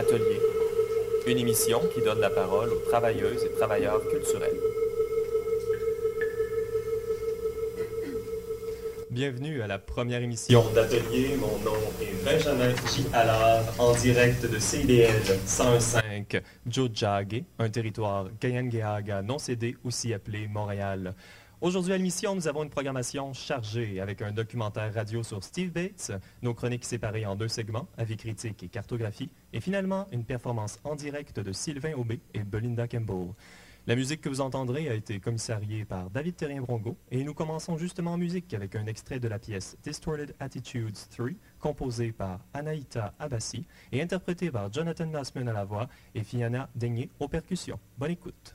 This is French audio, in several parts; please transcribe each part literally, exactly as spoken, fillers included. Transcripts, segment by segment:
d'Atelier, une émission qui donne la parole aux travailleuses et travailleurs culturels. Bienvenue à la première émission d'Atelier. Mon nom est Benjamin J. Allard, en direct de C I B L cent un virgule cinq Tiohtià:ke, un territoire Kanien'kehá:ka non cédé, aussi appelé Montréal. Aujourd'hui à l'émission, nous avons une programmation chargée avec un documentaire radio sur Steve Bates, nos chroniques séparées en deux segments, avis critique et cartographie, et finalement une performance en direct de Sylvain Aubé et Belinda Campbell. La musique que vous entendrez a été commissariée par David Terrien-Brongo et nous commençons justement en musique avec un extrait de la pièce Distorted Attitudes trois, composée par Anaïta Abbasi et interprétée par Jonathan Massman à la voix et Fiona Daigné aux percussions. Bonne écoute.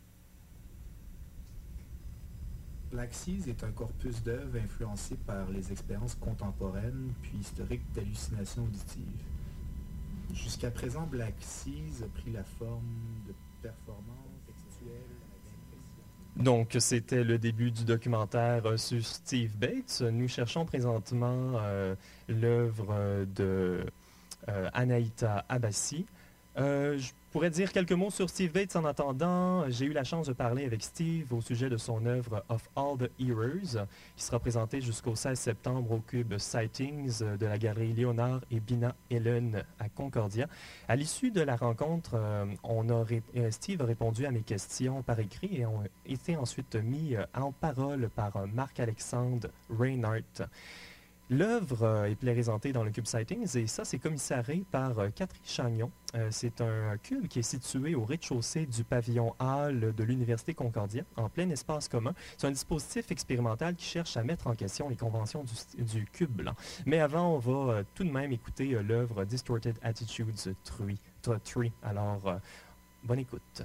Black Seas est un corpus d'œuvres influencé par les expériences contemporaines puis historiques d'hallucinations auditives. Jusqu'à présent, Black Seas a pris la forme de performances textuelles d'impression. Donc, c'était le début du documentaire sur Steve Bates. Nous cherchons présentement euh, l'œuvre de euh, Anaïta Abbasi. Euh, je pourrais dire quelques mots sur Steve Bates en attendant. J'ai eu la chance de parler avec Steve au sujet de son œuvre Of All the Heroes, qui sera présentée jusqu'au seize septembre au Cube Sightings de la galerie Léonard et Bina Ellen à Concordia. À l'issue de la rencontre, euh, on a ré- Steve a répondu à mes questions par écrit et ont été ensuite mis euh, en parole par euh, Marc-Alexandre Reinhardt. L'œuvre euh, est présentée dans le Cube Sightings et ça, c'est commissarié par euh, Catherine Chagnon. Euh, c'est un cube qui est situé au rez-de-chaussée du pavillon Hall de l'Université Concordia, en plein espace commun. C'est un dispositif expérimental qui cherche à mettre en question les conventions du, du cube blanc. Mais avant, on va euh, tout de même écouter euh, l'œuvre Distorted Attitudes trois. Alors, euh, bonne écoute.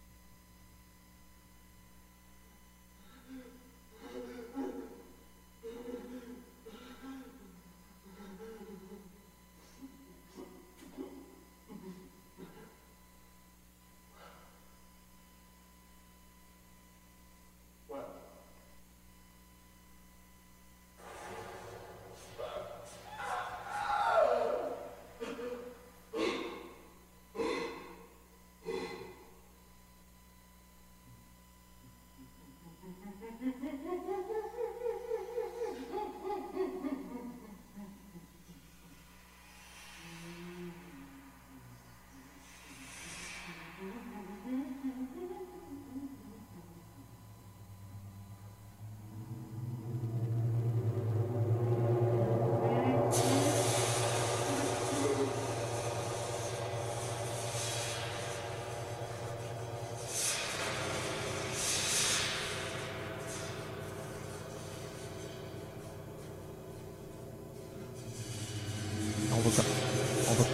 On va, on va...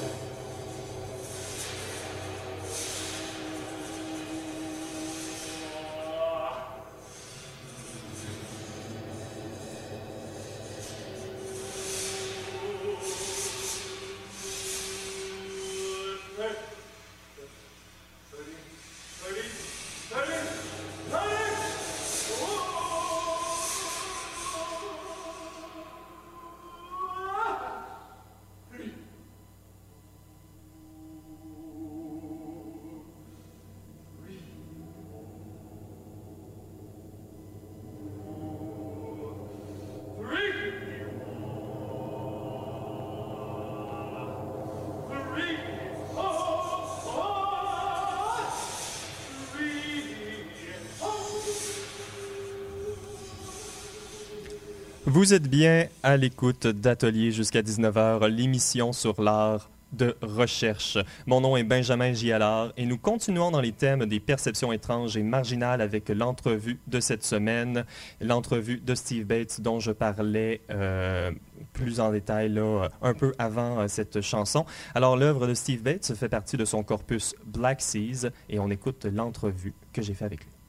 Vous êtes bien à l'écoute d'Atelier jusqu'à dix-neuf heures, l'émission sur l'art de recherche. Mon nom est Benjamin J. Allard et nous continuons dans les thèmes des perceptions étranges et marginales avec l'entrevue de cette semaine, l'entrevue de Steve Bates dont je parlais euh, plus en détail là, un peu avant euh, cette chanson. Alors l'œuvre de Steve Bates fait partie de son corpus Black Seas et on écoute l'entrevue que j'ai fait avec lui.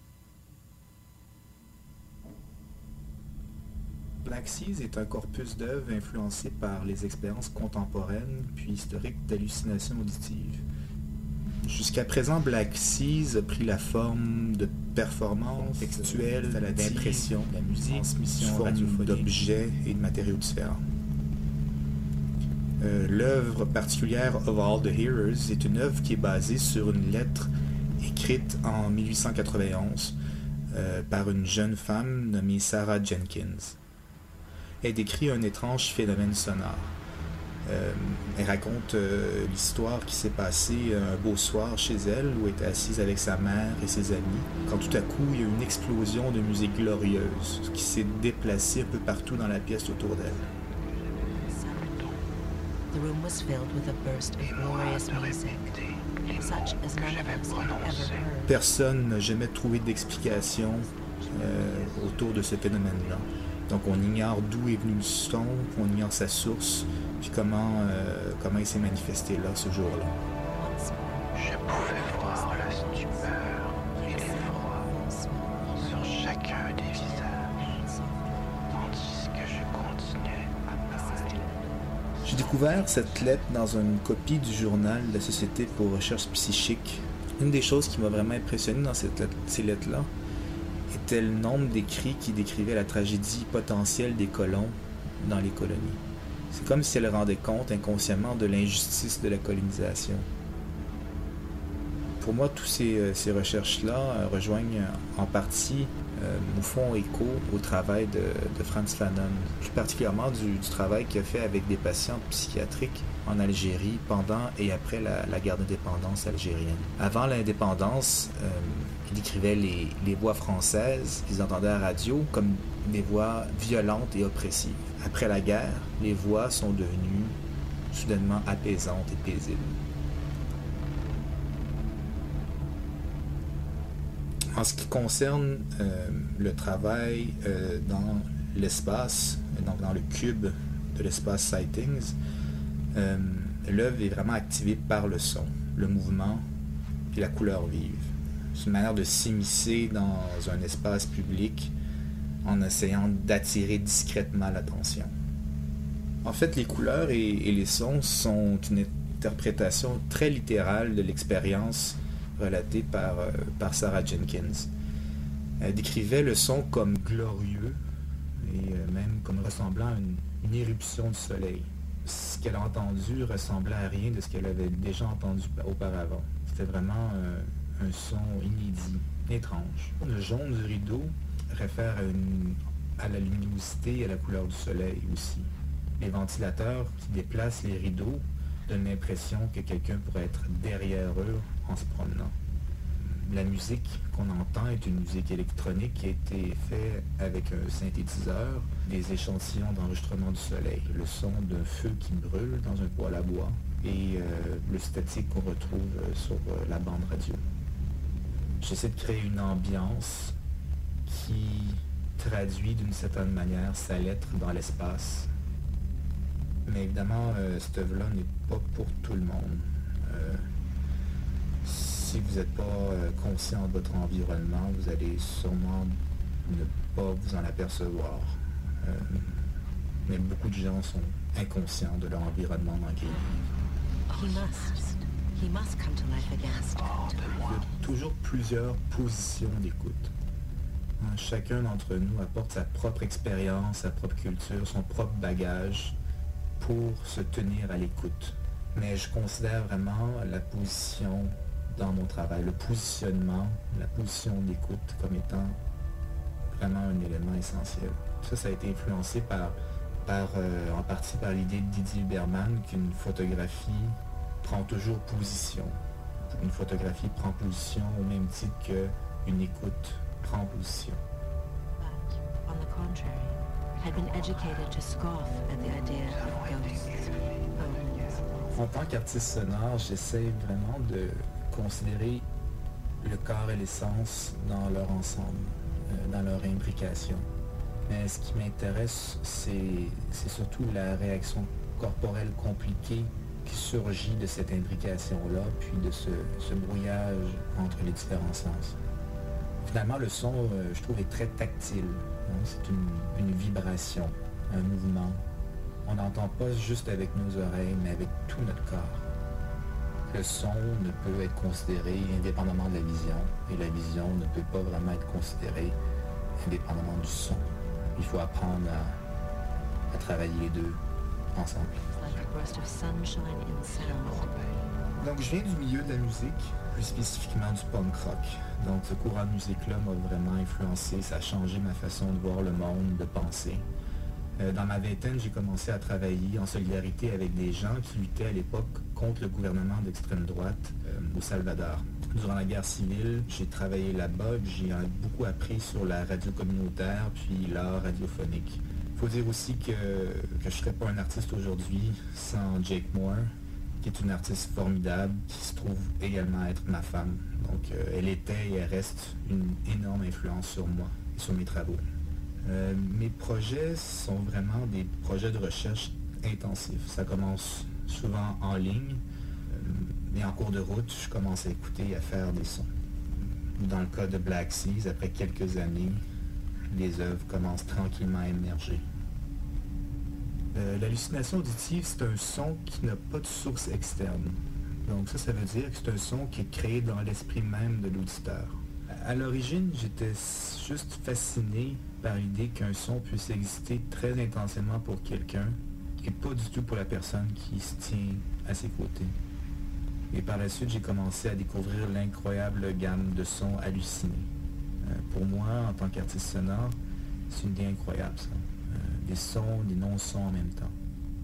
Black Seas est un corpus d'œuvres influencé par les expériences contemporaines puis historiques d'hallucinations auditives. Jusqu'à présent, Black Seas a pris la forme de performances textuelles d'impression, de musique, sous forme d'objets et de matériaux différents. Euh, L'œuvre particulière Of All the Hearers est une œuvre qui est basée sur une lettre écrite en mille huit cent quatre-vingt-onze euh, par une jeune femme nommée Sarah Jenkins. Elle décrit un étrange phénomène sonore. Euh, elle raconte euh, l'histoire qui s'est passée un beau soir chez elle, où elle était assise avec sa mère et ses amis, quand tout à coup il y a eu une explosion de musique glorieuse qui s'est déplacée un peu partout dans la pièce autour d'elle. The room was filled with a burst of glorious music, such as none of us had ever heard. Personne n'a jamais trouvé d'explication euh, autour de ce phénomène-là. Donc on ignore d'où est venu le son, on ignore sa source, puis comment, euh, comment il s'est manifesté là, ce jour-là. Je pouvais voir la stupeur et l'effroi sur chacun des visages, tandis que je continuais à parler. J'ai découvert cette lettre dans une copie du journal de la Société pour recherche psychique. Une des choses qui m'a vraiment impressionné dans cette lettre, ces lettres-là était le nombre d'écrits qui décrivaient la tragédie potentielle des colons dans les colonies. C'est comme si elle rendait compte inconsciemment de l'injustice de la colonisation. Pour moi, toutes ces, ces recherches-là euh, rejoignent en partie euh, ou font écho au travail de, de Frantz Fanon, plus particulièrement du, du travail qu'il a fait avec des patients psychiatriques en Algérie pendant et après la, la guerre d'indépendance algérienne. Avant l'indépendance, euh, il décrivait les, les voix françaises qu'ils entendaient à la radio comme des voix violentes et oppressives. Après la guerre, les voix sont devenues soudainement apaisantes et paisibles. En ce qui concerne euh, le travail euh, dans l'espace, donc dans le cube de l'espace Sightings, euh, l'œuvre est vraiment activée par le son, le mouvement et la couleur vive. C'est une manière de s'immiscer dans un espace public en essayant d'attirer discrètement l'attention. En fait, les couleurs et, et les sons sont une interprétation très littérale de l'expérience relatée par, euh, par Sarah Jenkins. Elle décrivait le son comme glorieux et euh, même comme ressemblant à une, une éruption du soleil. Ce qu'elle a entendu ressemblait à rien de ce qu'elle avait déjà entendu auparavant. C'était vraiment euh, un son inédit, étrange. Le jaune du rideau réfère à, une, à la luminosité et à la couleur du soleil aussi. Les ventilateurs qui déplacent les rideaux donnent l'impression que quelqu'un pourrait être derrière eux en se promenant. La musique qu'on entend est une musique électronique qui a été faite avec un synthétiseur, des échantillons d'enregistrement du soleil, le son d'un feu qui brûle dans un poêle à bois et euh, le statique qu'on retrouve sur euh, la bande radio. J'essaie de créer une ambiance qui traduit d'une certaine manière sa lettre dans l'espace. Mais évidemment, euh, cette œuvre-là n'est pas pour tout le monde. Euh, si vous n'êtes pas euh, conscient de votre environnement, vous allez sûrement ne pas vous en apercevoir. Euh, mais beaucoup de gens sont inconscients de leur environnement dans lequel ils vivent. He must. He must come to life again. Il y a toujours plusieurs positions d'écoute. Hein, chacun d'entre nous apporte sa propre expérience, sa propre culture, son propre bagage pour se tenir à l'écoute. Mais je considère vraiment la position dans mon travail, le positionnement, la position d'écoute comme étant vraiment un élément essentiel. Ça, ça a été influencé par, par euh, en partie par l'idée de Didier Berman qu'une photographie prend toujours position. Une photographie prend position au même titre qu'une écoute prend position. But, on the contrary, had been educated to scoff at the idea of ghosts. Omens. En tant qu'artiste sonore, j'essaie vraiment de considérer le corps et l'essence dans leur ensemble, euh, dans leur imbrication. Mais ce qui m'intéresse, c'est, c'est surtout la réaction corporelle compliquée qui surgit de cette imbrication-là, puis de ce, ce brouillage entre les différents sens. Finalement, le son, euh, je trouve, est très tactile. Hein? C'est une, une vibration, un mouvement. On n'entend pas juste avec nos oreilles, mais avec tout notre corps. Le son ne peut être considéré indépendamment de la vision, et la vision ne peut pas vraiment être considérée indépendamment du son. Il faut apprendre à, à travailler les deux ensemble. Like burst of sunshine in sound. Donc, je viens du milieu de la musique, plus spécifiquement du punk rock. Donc, ce courant de musique-là m'a vraiment influencé, ça a changé ma façon de voir le monde, de penser. Euh, dans ma vingtaine, j'ai commencé à travailler en solidarité avec des gens qui luttaient à l'époque contre le gouvernement d'extrême droite euh, au Salvador. Durant la guerre civile, j'ai travaillé là-bas, j'ai beaucoup appris sur la radio communautaire, puis l'art radiophonique. Il faut dire aussi que, que je ne serais pas un artiste aujourd'hui sans Jake Moore, qui est une artiste formidable, qui se trouve également être ma femme. Donc euh, elle était et elle reste une énorme influence sur moi et sur mes travaux. Euh, mes projets sont vraiment des projets de recherche intensifs. Ça commence souvent en ligne, euh, et en cours de route, je commence à écouter et à faire des sons. Dans le cas de Black Seas, après quelques années, les œuvres commencent tranquillement à émerger. Euh, L'hallucination auditive, c'est un son qui n'a pas de source externe. Donc ça, ça veut dire que c'est un son qui est créé dans l'esprit même de l'auditeur. À l'origine, j'étais juste fasciné par l'idée qu'un son puisse exister très intensément pour quelqu'un et pas du tout pour la personne qui se tient à ses côtés. Et par la suite, j'ai commencé à découvrir l'incroyable gamme de sons hallucinés. Euh, pour moi, en tant qu'artiste sonore, c'est une idée incroyable, ça. Euh, des sons, des non-sons en même temps.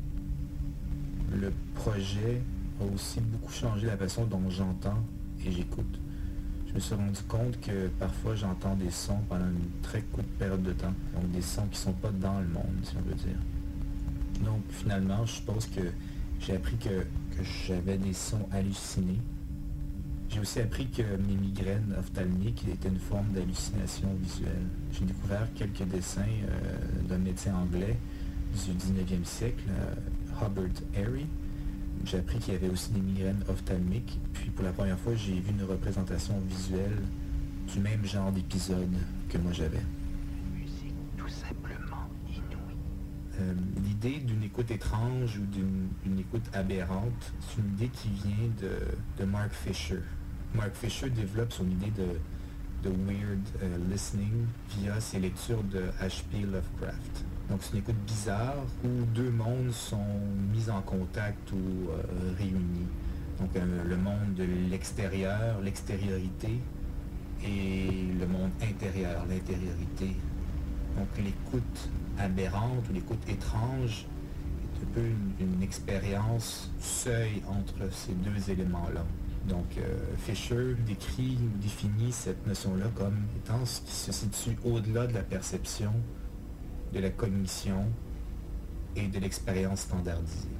Le projet a aussi beaucoup changé la façon dont j'entends et j'écoute. Je me suis rendu compte que parfois j'entends des sons pendant une très courte période de temps. Donc des sons qui ne sont pas dans le monde, si on veut dire. Donc finalement, je suppose que j'ai appris que, que j'avais des sons hallucinés. J'ai aussi appris que mes migraines ophtalmiques étaient une forme d'hallucination visuelle. J'ai découvert quelques dessins euh, d'un médecin anglais du dix-neuvième siècle, euh, Hubbard Airy. J'ai appris qu'il y avait aussi des migraines ophtalmiques. Puis pour la première fois, j'ai vu une représentation visuelle du même genre d'épisode que moi j'avais. Une musique tout simplement inouïe. Euh, L'idée d'une écoute étrange ou d'une écoute aberrante, c'est une idée qui vient de, de Mark Fisher. Mark Fisher développe son idée de, de weird euh, listening via ses lectures de H P Lovecraft. Donc c'est une écoute bizarre où deux mondes sont mis en contact ou euh, réunis. Donc euh, le monde de l'extérieur, l'extériorité, et le monde intérieur, l'intériorité. Donc l'écoute aberrante ou l'écoute étrange est un peu une, une expérience seuil entre ces deux éléments-là. Donc euh, Fisher décrit ou définit cette notion-là comme étant ce qui se situe au-delà de la perception, de la cognition et de l'expérience standardisée.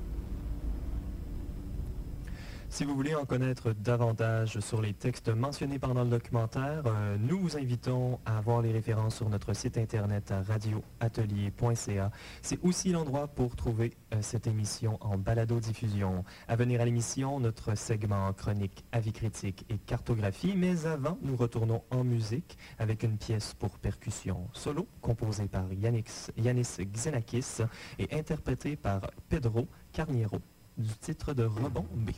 Si vous voulez en connaître davantage sur les textes mentionnés pendant le documentaire, euh, nous vous invitons à voir les références sur notre site internet à radio atelier point c a. C'est aussi l'endroit pour trouver euh, cette émission en balado-diffusion. À venir à l'émission, notre segment chronique Avis critique et cartographie, mais avant, nous retournons en musique avec une pièce pour percussion solo composée par Yannis, Yannis Xenakis et interprétée par Pedro Carniero du titre de Rebombé.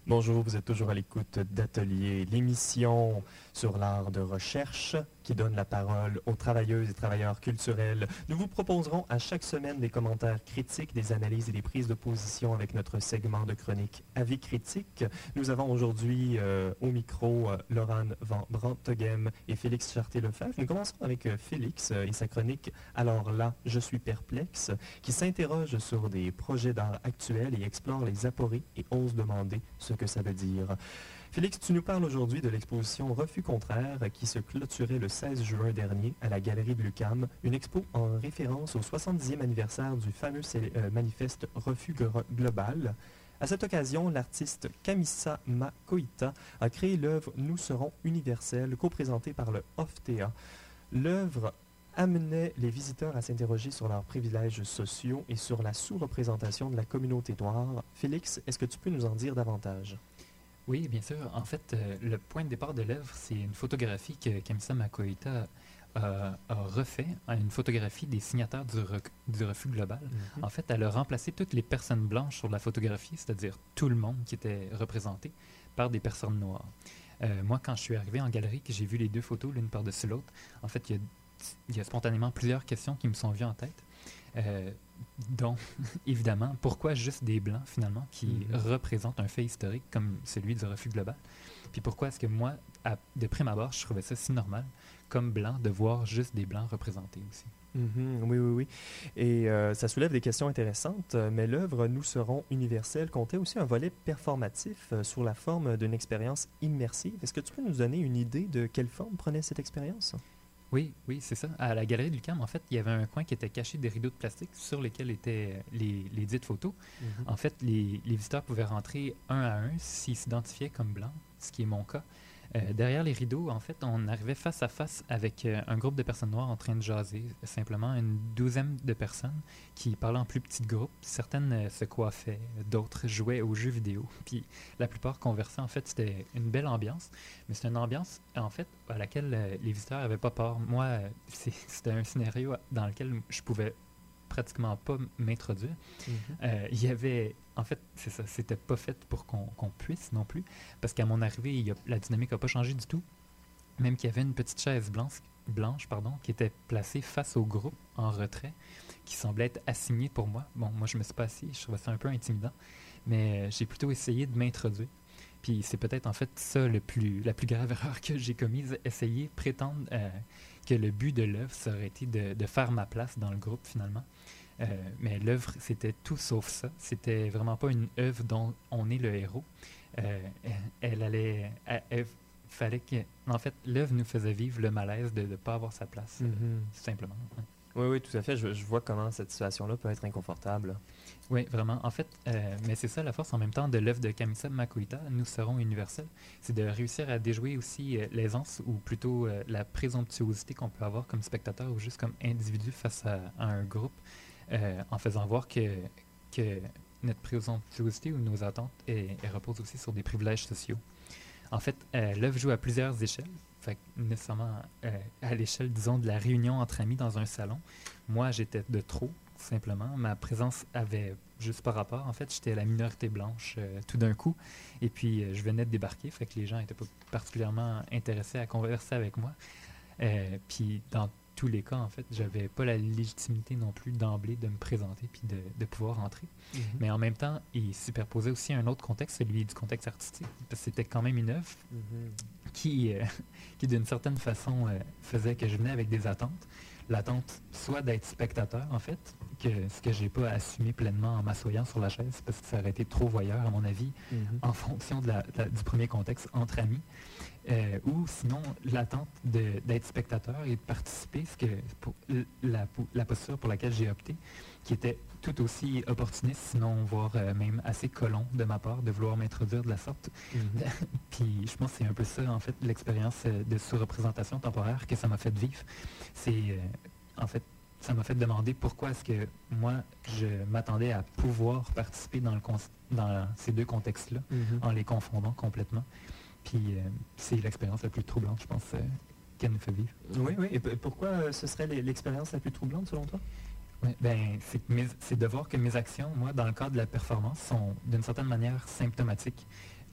Bonjour, vous êtes toujours à l'écoute d'Atelier, l'émission sur l'art de recherche qui donne la parole aux travailleuses et travailleurs culturels. Nous vous proposerons à chaque semaine des commentaires critiques, des analyses et des prises de position avec notre segment de chronique Avis critique. Nous avons aujourd'hui euh, au micro euh, Laurent Van Branteghem et Félix Charté-Lefebvre. Nous commençons avec euh, Félix euh, et sa chronique « Alors là, je suis perplexe » qui s'interroge sur des projets d'art actuels et explore les apories et ose demander ce que ça veut dire. Félix, tu nous parles aujourd'hui de l'exposition Refus contraire qui se clôturait le seize juin dernier à la Galerie de l'U Q A M, une expo en référence au soixante-dixième anniversaire du fameux euh, manifeste Refus global. À cette occasion, l'artiste Kamisa Makoita a créé l'œuvre Nous serons universels, co-présentée par le O F T A. L'œuvre amenait les visiteurs à s'interroger sur leurs privilèges sociaux et sur la sous-représentation de la communauté noire. Félix, est-ce que tu peux nous en dire davantage? Oui, bien sûr. En fait, euh, le point de départ de l'œuvre, c'est une photographie que Kamisa Makoita a, a refait, une photographie des signataires du, rec- du refus global. Mm-hmm. En fait, elle a remplacé toutes les personnes blanches sur la photographie, c'est-à-dire tout le monde qui était représenté, par des personnes noires. Euh, moi, quand je suis arrivé en galerie, que j'ai vu les deux photos l'une par-dessus l'autre, en fait, il y a, il y a spontanément plusieurs questions qui me sont venues en tête. Euh, dont, évidemment, pourquoi juste des Blancs, finalement, qui mm-hmm. représentent un fait historique comme celui du refus global? Puis pourquoi est-ce que moi, à, de prime abord, je trouvais ça si normal, comme Blanc, de voir juste des Blancs représentés aussi? Mm-hmm. Oui, oui, oui. Et euh, ça soulève des questions intéressantes, mais l'œuvre Nous serons universels comptait aussi un volet performatif euh, sous la forme d'une expérience immersive. Est-ce que tu peux nous donner une idée de quelle forme prenait cette expérience? Oui, oui, c'est ça. À la galerie de l'U Q A M, en fait, il y avait un coin qui était caché des rideaux de plastique sur lesquels étaient les, les dites photos. Mm-hmm. En fait, les, les visiteurs pouvaient rentrer un à un s'ils s'identifiaient comme blancs, ce qui est mon cas. Euh, derrière les rideaux, en fait, on arrivait face à face avec euh, un groupe de personnes noires en train de jaser, simplement une douzaine de personnes qui parlaient en plus petits groupes. Certaines euh, se coiffaient, d'autres jouaient aux jeux vidéo, puis la plupart conversaient. En fait, c'était une belle ambiance, mais c'est une ambiance, en fait, à laquelle euh, les visiteurs n'avaient pas peur. Moi, euh, c'est, c'était un scénario dans lequel je pouvais pratiquement pas m'introduire. Mm-hmm. Euh, il y avait... En fait, c'est ça, c'était pas fait pour qu'on, qu'on puisse non plus, parce qu'à mon arrivée, il y a, la dynamique n'a pas changé du tout. Même qu'il y avait une petite chaise blanche, blanche pardon, qui était placée face au groupe en retrait, qui semblait être assignée pour moi. Bon, moi, je me suis pas assis, je trouvais ça un peu intimidant, mais euh, j'ai plutôt essayé de m'introduire. Puis c'est peut-être en fait ça le plus, la plus grave erreur que j'ai commise, essayer, prétendre euh, que le but de l'œuvre, ça aurait été de, de faire ma place dans le groupe finalement. Euh, mais l'œuvre, c'était tout sauf ça. C'était vraiment pas une œuvre dont on est le héros. Euh, elle allait... Elle, elle, fallait que... En fait, l'œuvre nous faisait vivre le malaise de ne pas avoir sa place, mm-hmm. euh, tout simplement. Ouais. Oui, oui, tout à fait. Je, je vois comment cette situation-là peut être inconfortable. Oui, vraiment. En fait, euh, mais c'est ça la force en même temps de l'œuvre de Kamisa Makoita, Nous serons universels. C'est de réussir à déjouer aussi euh, l'aisance, ou plutôt euh, la présomptuosité qu'on peut avoir comme spectateur ou juste comme individu face à, à un groupe. Euh, en faisant voir que, que notre présomptuosité ou nos attentes est, est repose aussi sur des privilèges sociaux. En fait, euh, l'œuvre joue à plusieurs échelles. Fait que nécessairement euh, à l'échelle, disons, de la réunion entre amis dans un salon. Moi, j'étais de trop, simplement. Ma présence avait juste par rapport. En fait, j'étais la minorité blanche euh, tout d'un coup. Et puis, euh, je venais de débarquer. Fait que les gens n'étaient pas particulièrement intéressés à converser avec moi. Euh, puis, dans tous les cas, en fait, j'avais pas la légitimité non plus d'emblée de me présenter puis de, de pouvoir entrer. Mm-hmm. Mais en même temps, il superposait aussi un autre contexte, celui du contexte artistique. Parce que c'était quand même une œuvre mm-hmm. qui, euh, qui d'une certaine façon, euh, faisait que je venais avec des attentes. L'attente, soit d'être spectateur, en fait, que ce que j'ai pas assumé pleinement en m'assoyant sur la chaise, parce que ça aurait été trop voyeur, à mon avis, mm-hmm. en fonction de la, de la, du premier contexte entre amis. Euh, ou sinon l'attente de, d'être spectateur et de participer, ce que pour la, la posture pour laquelle j'ai opté, qui était tout aussi opportuniste, sinon voire euh, même assez colon de ma part, de vouloir m'introduire de la sorte. Mm-hmm. Puis je pense que c'est un peu ça, en fait, l'expérience de sous-représentation temporaire que ça m'a fait vivre. C'est, euh, en fait, ça m'a fait demander pourquoi est-ce que moi, je m'attendais à pouvoir participer dans, le con- dans ces deux contextes-là, mm-hmm. en les confondant complètement. Puis euh, c'est l'expérience la plus troublante, je pense, euh, qu'elle nous fait vivre. Oui, oui. Et p- pourquoi euh, ce serait l'expérience la plus troublante, selon toi? Oui, ben, c'est, mes, c'est de voir que mes actions, moi, dans le cadre de la performance, sont d'une certaine manière symptomatiques.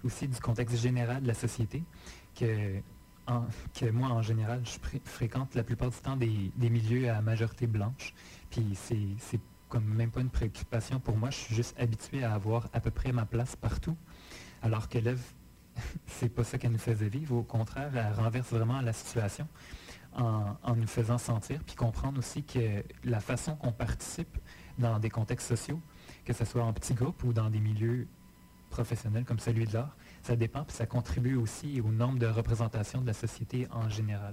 aussi du contexte général de la société, que, en, que moi, en général, je fr- fréquente la plupart du temps des, des milieux à majorité blanche. Puis c'est, c'est comme même pas une préoccupation pour moi. Je suis juste habitué à avoir à peu près ma place partout. Alors que l'œuvre, c'est pas ça qu'elle nous faisait vivre. Au contraire, elle renverse vraiment la situation en, en nous faisant sentir, puis comprendre aussi que la façon qu'on participe dans des contextes sociaux, que ce soit en petits groupes ou dans des milieux professionnels comme celui de l'art, ça dépend, puis ça contribue aussi au nombre de représentations de la société en général.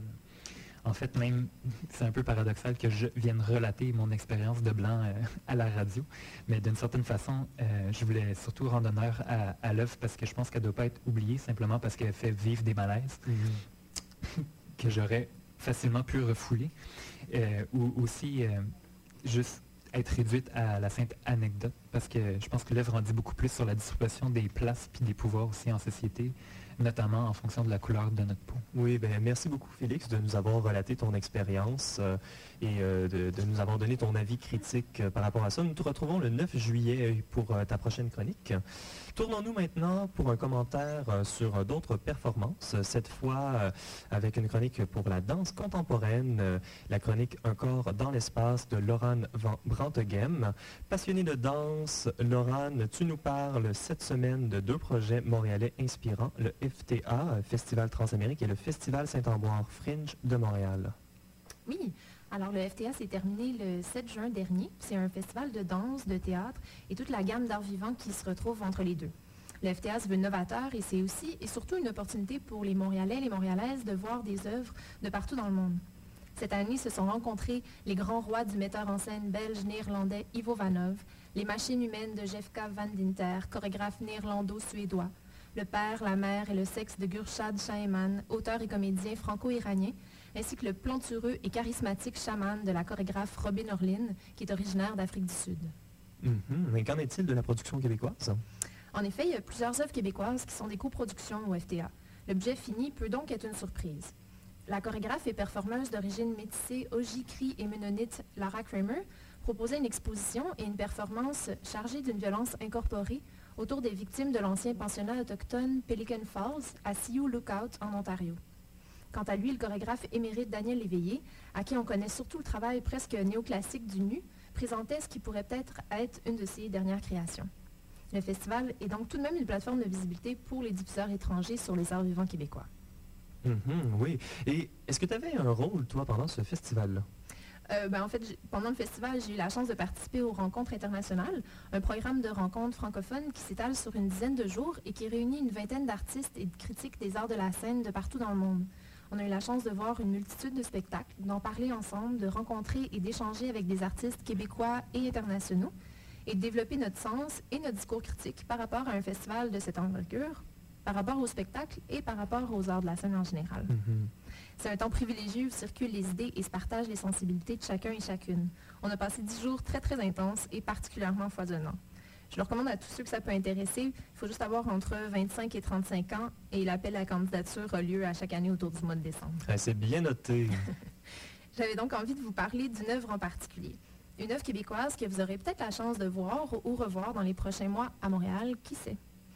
En fait, même, c'est un peu paradoxal que je vienne relater mon expérience de blanc euh, à la radio, mais d'une certaine façon, euh, je voulais surtout rendre honneur à, à l'œuvre parce que je pense qu'elle ne doit pas être oubliée simplement parce qu'elle fait vivre des malaises mm-hmm. que j'aurais facilement pu refouler, euh, ou aussi euh, juste être réduite à la simple anecdote, parce que je pense que l'œuvre en dit beaucoup plus sur la distribution des places puis des pouvoirs aussi en société, notamment en fonction de la couleur de notre peau. Oui, ben merci beaucoup Félix de nous avoir relaté ton expérience euh, et euh, de, de nous avoir donné ton avis critique euh, par rapport à ça. Nous te retrouvons le neuf juillet pour euh, ta prochaine chronique. Tournons-nous maintenant pour un commentaire euh, sur euh, d'autres performances, cette fois euh, avec une chronique pour la danse contemporaine, euh, la chronique Un corps dans l'espace de Laurane Van Branteghem. Passionnée de danse, Laurane, tu nous parles cette semaine de deux projets montréalais inspirants, le F T A, Festival Transamérique, et le Festival Saint-Amboire Fringe de Montréal. Oui, alors le F T A s'est terminé le sept juin dernier. C'est un festival de danse, de théâtre et toute la gamme d'art vivant qui se retrouve entre les deux. Le F T A se veut novateur et c'est aussi et surtout une opportunité pour les Montréalais et les Montréalaises de voir des œuvres de partout dans le monde. Cette année, se sont rencontrés les grands rois du metteur en scène belge-néerlandais Ivo Vanov, les machines humaines de Jefka van Dinter, chorégraphe néerlando-suédois, le père, la mère et le sexe de Gurshad Shaheman, auteur et comédien franco-iranien, ainsi que le plantureux et charismatique chaman de la chorégraphe Robin Orlin, qui est originaire d'Afrique du Sud. Mm-hmm. Mais qu'en est-il de la production québécoise? En effet, il y a plusieurs œuvres québécoises qui sont des coproductions au F T A. L'objet fini peut donc être une surprise. La chorégraphe et performeuse d'origine métissée Oji-Cri et ménonite Lara Kramer proposait une exposition et une performance chargée d'une violence incorporée autour des victimes de l'ancien pensionnat autochtone Pelican Falls à Sioux Lookout en Ontario. Quant à lui, le chorégraphe émérite Daniel Léveillé, à qui on connaît surtout le travail presque néoclassique du nu, présentait ce qui pourrait peut-être être une de ses dernières créations. Le festival est donc tout de même une plateforme de visibilité pour les diffuseurs étrangers sur les arts vivants québécois. Mm-hmm, oui. Et est-ce que tu avais un rôle, toi, pendant ce festival-là? Euh, ben, en fait, pendant le festival, j'ai eu la chance de participer aux Rencontres internationales, un programme de rencontres francophones qui s'étale sur une dizaine de jours et qui réunit une vingtaine d'artistes et de critiques des arts de la scène de partout dans le monde. On a eu la chance de voir une multitude de spectacles, d'en parler ensemble, de rencontrer et d'échanger avec des artistes québécois et internationaux, et de développer notre sens et notre discours critique par rapport à un festival de cette envergure, par rapport au spectacle et par rapport aux arts de la scène en général. Mm-hmm. C'est un temps privilégié où circulent les idées et se partagent les sensibilités de chacun et chacune. On a passé dix jours très très intenses et particulièrement foisonnants. Je le recommande à tous ceux que ça peut intéresser. Il faut juste avoir entre vingt-cinq et trente-cinq ans et l'appel à la candidature a lieu à chaque année autour du mois de décembre. Ah, c'est bien noté. J'avais donc envie de vous parler d'une œuvre en particulier. Une œuvre québécoise que vous aurez peut-être la chance de voir ou revoir dans les prochains mois à Montréal, qui sait.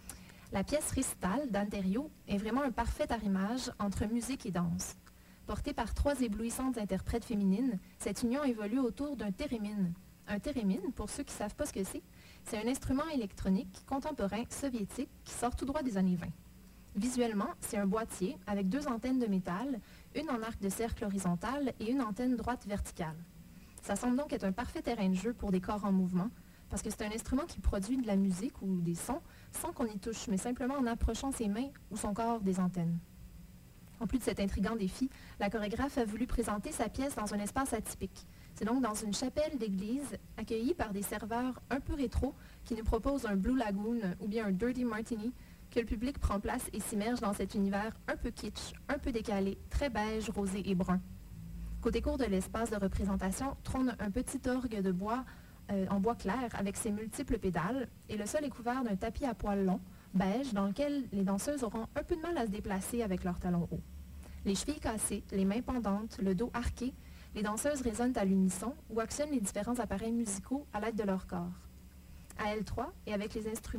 La pièce Récital d'Anterio est vraiment un parfait arrimage entre musique et danse. Portée par trois éblouissantes interprètes féminines, cette union évolue autour d'un thérémine. Un thérémine, pour ceux qui ne savent pas ce que c'est, c'est un instrument électronique contemporain soviétique qui sort tout droit des années vingt. Visuellement, c'est un boîtier avec deux antennes de métal, une en arc de cercle horizontal et une antenne droite verticale. Ça semble donc être un parfait terrain de jeu pour des corps en mouvement, parce que c'est un instrument qui produit de la musique ou des sons sans qu'on y touche, mais simplement en approchant ses mains ou son corps des antennes. En plus de cet intriguant défi, la chorégraphe a voulu présenter sa pièce dans un espace atypique. C'est donc dans une chapelle d'église, accueillie par des serveurs un peu rétro qui nous proposent un Blue Lagoon ou bien un Dirty Martini, que le public prend place et s'immerge dans cet univers un peu kitsch, un peu décalé, très beige, rosé et brun. Côté court de l'espace de représentation, trône un petit orgue de bois euh, en bois clair avec ses multiples pédales et le sol est couvert d'un tapis à poils longs, beige, dans lequel les danseuses auront un peu de mal à se déplacer avec leurs talons hauts. Les chevilles cassées, les mains pendantes, le dos arqué, les danseuses résonnent à l'unisson ou actionnent les différents appareils musicaux à l'aide de leur corps. À elles trois, et avec les instruments,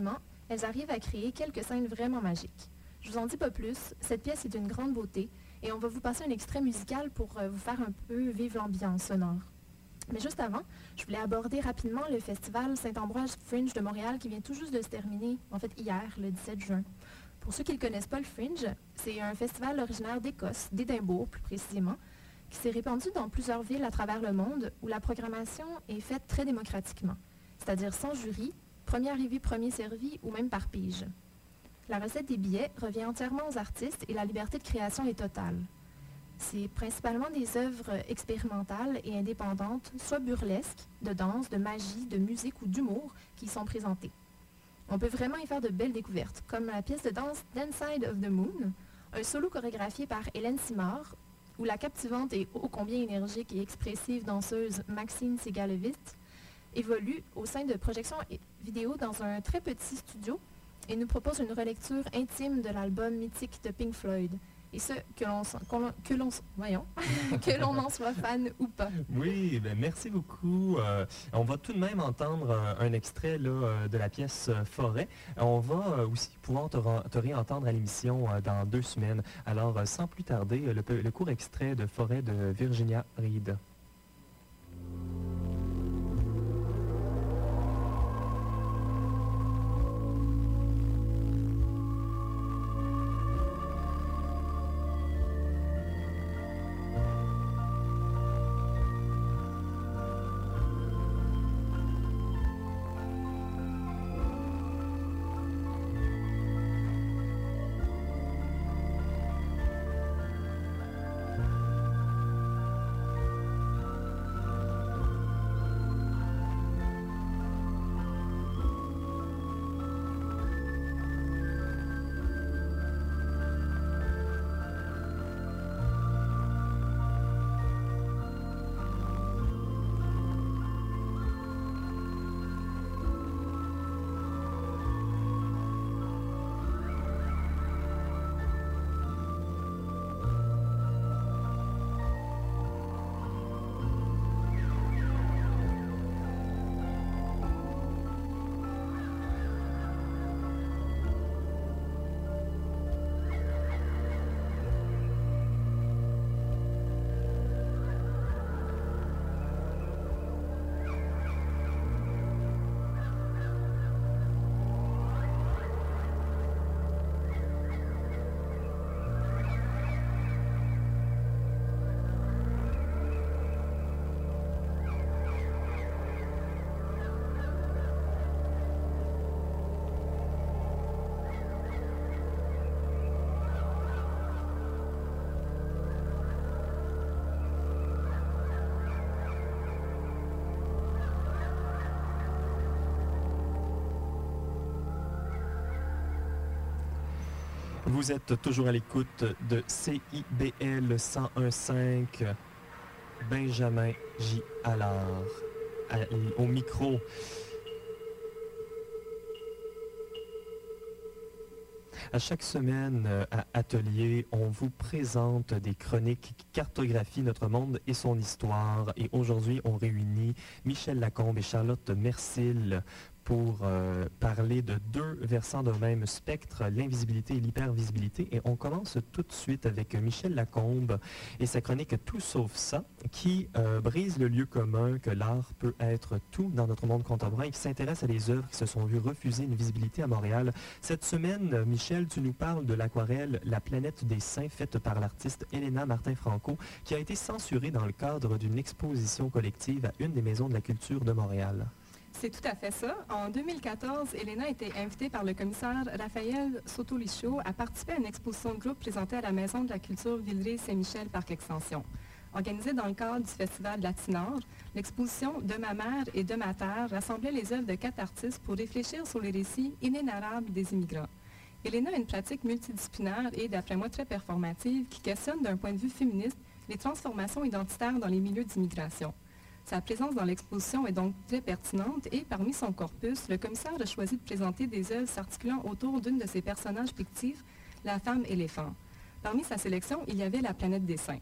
elles arrivent à créer quelques scènes vraiment magiques. Je vous en dis pas plus, cette pièce est d'une grande beauté et on va vous passer un extrait musical pour euh, vous faire un peu vivre l'ambiance sonore. Mais juste avant, je voulais aborder rapidement le festival Saint-Ambroise Fringe de Montréal qui vient tout juste de se terminer, en fait hier, le dix-sept juin. Pour ceux qui ne connaissent pas le Fringe, c'est un festival originaire d'Écosse, d'Édimbourg plus précisément, qui s'est répandu dans plusieurs villes à travers le monde où la programmation est faite très démocratiquement, c'est-à-dire sans jury, premier arrivé, premier servi ou même par pige. La recette des billets revient entièrement aux artistes et la liberté de création est totale. C'est principalement des œuvres expérimentales et indépendantes, soit burlesques, de danse, de magie, de musique ou d'humour, qui y sont présentées. On peut vraiment y faire de belles découvertes, comme la pièce de danse Dance Side of the Moon, un solo chorégraphié par Hélène Simard, où la captivante et ô combien énergique et expressive danseuse Maxine Segalovitz évolue au sein de projections vidéo dans un très petit studio et nous propose une relecture intime de l'album mythique de Pink Floyd. Et ce, que l'on que l'on voyons, que l'on en soit fan ou pas. Oui, ben merci beaucoup. Euh, on va tout de même entendre un, un extrait là, euh, de la pièce euh, Forêt. On va euh, aussi pouvoir te, te réentendre à l'émission euh, dans deux semaines. Alors, euh, sans plus tarder, le, le court extrait de Forêt de Virginia Reed. Vous êtes toujours à l'écoute de C I B L cent un virgule cinq, Benjamin J. Allard à, au micro. À chaque semaine à Atelier, on vous présente des chroniques qui cartographient notre monde et son histoire. Et aujourd'hui, on réunit Michel Lacombe et Charlotte Mercil pour euh, parler de deux versants d'un même spectre, l'invisibilité et l'hypervisibilité. Et on commence tout de suite avec Michel Lacombe et sa chronique « Tout sauf ça » qui euh, brise le lieu commun que l'art peut être tout dans notre monde contemporain et qui s'intéresse à des œuvres qui se sont vues refuser une visibilité à Montréal. Cette semaine, Michel, tu nous parles de l'aquarelle « La planète des saints » faite par l'artiste Elena Martin-Franco qui a été censurée dans le cadre d'une exposition collective à une des maisons de la culture de Montréal. C'est tout à fait ça. En deux mille quatorze, Elena a été invitée par le commissaire Raphaël Sotolichot à participer à une exposition de groupe présentée à la Maison de la culture Villeray-Saint-Michel Parc Extension. Organisée dans le cadre du festival Latinor, l'exposition De ma mère et de ma terre rassemblait les œuvres de quatre artistes pour réfléchir sur les récits inénarrables des immigrants. Elena a une pratique multidisciplinaire et, d'après moi, très performative qui questionne d'un point de vue féministe les transformations identitaires dans les milieux d'immigration. Sa présence dans l'exposition est donc très pertinente et, parmi son corpus, le commissaire a choisi de présenter des œuvres s'articulant autour d'une de ses personnages fictifs, la femme éléphant. Parmi sa sélection, il y avait La planète des saints.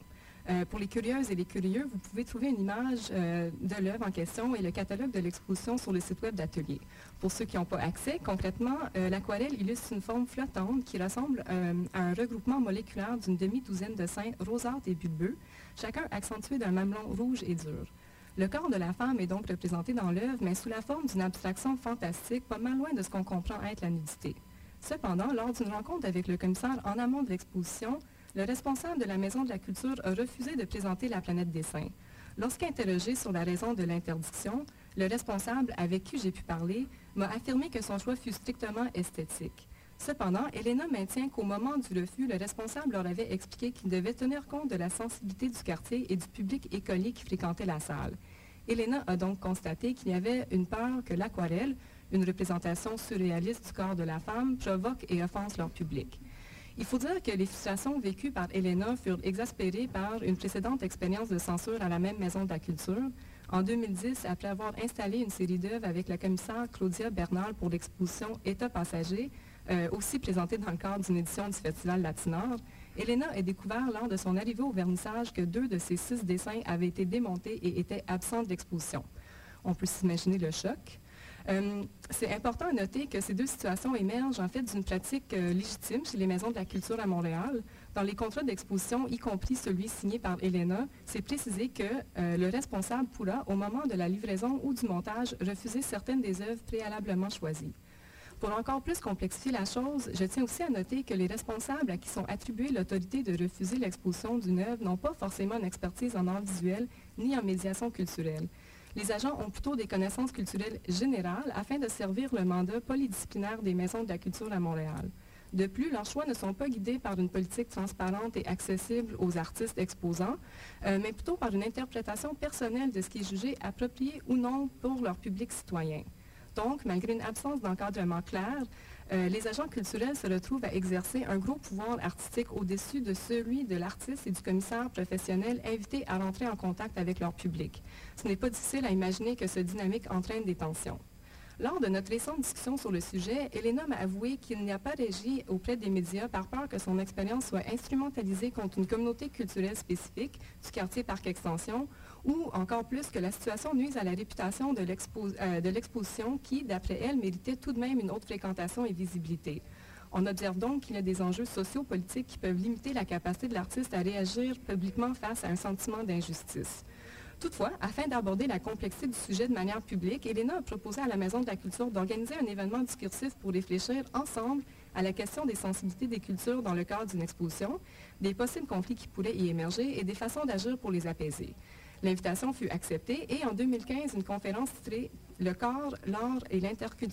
Euh, pour les curieuses et les curieux, vous pouvez trouver une image euh, de l'œuvre en question et le catalogue de l'exposition sur le site web d'Atelier. Pour ceux qui n'ont pas accès, concrètement, euh, l'aquarelle illustre une forme flottante qui ressemble euh, à un regroupement moléculaire d'une demi-douzaine de seins rosâtres et bulbeux, chacun accentué d'un mamelon rouge et dur. Le corps de la femme est donc représenté dans l'œuvre, mais sous la forme d'une abstraction fantastique, pas mal loin de ce qu'on comprend être la nudité. Cependant, lors d'une rencontre avec le commissaire en amont de l'exposition, le responsable de la Maison de la Culture a refusé de présenter la planète des seins. Lorsqu'interrogé sur la raison de l'interdiction, le responsable avec qui j'ai pu parler m'a affirmé que son choix fut strictement esthétique. Cependant, Elena maintient qu'au moment du refus, le responsable leur avait expliqué qu'il devait tenir compte de la sensibilité du quartier et du public écolier qui fréquentait la salle. Elena a donc constaté qu'il y avait une peur que l'aquarelle, une représentation surréaliste du corps de la femme, provoque et offense leur public. Il faut dire que les frustrations vécues par Elena furent exaspérées par une précédente expérience de censure à la même Maison de la Culture. En deux mille dix, après avoir installé une série d'œuvres avec la commissaire Claudia Bernal pour l'exposition État passager, euh, aussi présentée dans le cadre d'une édition du Festival Latinor, Elena a découvert lors de son arrivée au vernissage que deux de ses six dessins avaient été démontés et étaient absents de l'exposition. On peut s'imaginer le choc. Euh, c'est important à noter que ces deux situations émergent en fait d'une pratique euh, légitime chez les maisons de la culture à Montréal. Dans les contrats d'exposition, y compris celui signé par Elena, c'est précisé que euh, le responsable pourra, au moment de la livraison ou du montage, refuser certaines des œuvres préalablement choisies. Pour encore plus complexifier la chose, je tiens aussi à noter que les responsables à qui sont attribuées l'autorité de refuser l'exposition d'une œuvre n'ont pas forcément une expertise en art visuel ni en médiation culturelle. Les agents ont plutôt des connaissances culturelles générales afin de servir le mandat polydisciplinaire des maisons de la culture à Montréal. De plus, leurs choix ne sont pas guidés par une politique transparente et accessible aux artistes exposants, euh, mais plutôt par une interprétation personnelle de ce qui est jugé approprié ou non pour leur public citoyen. Donc, malgré une absence d'encadrement clair, euh, les agents culturels se retrouvent à exercer un gros pouvoir artistique au-dessus de celui de l'artiste et du commissaire professionnel invité à rentrer en contact avec leur public. Ce n'est pas difficile à imaginer que ce dynamique entraîne des tensions. Lors de notre récente discussion sur le sujet, Elena m'a avoué qu'il n'y a pas réagi auprès des médias par peur que son expérience soit instrumentalisée contre une communauté culturelle spécifique du quartier Parc Extension, ou encore plus que la situation nuise à la réputation de l'expo euh, de l'exposition qui, d'après elle, méritait tout de même une autre fréquentation et visibilité. On observe donc qu'il y a des enjeux sociopolitiques qui peuvent limiter la capacité de l'artiste à réagir publiquement face à un sentiment d'injustice. Toutefois, afin d'aborder la complexité du sujet de manière publique, Elena a proposé à la Maison de la Culture d'organiser un événement discursif pour réfléchir ensemble à la question des sensibilités des cultures dans le cadre d'une exposition, des possibles conflits qui pourraient y émerger et des façons d'agir pour les apaiser. L'invitation fut acceptée et en deux mille quinze, une conférence titrée « Le corps, l'art et l'interculturel »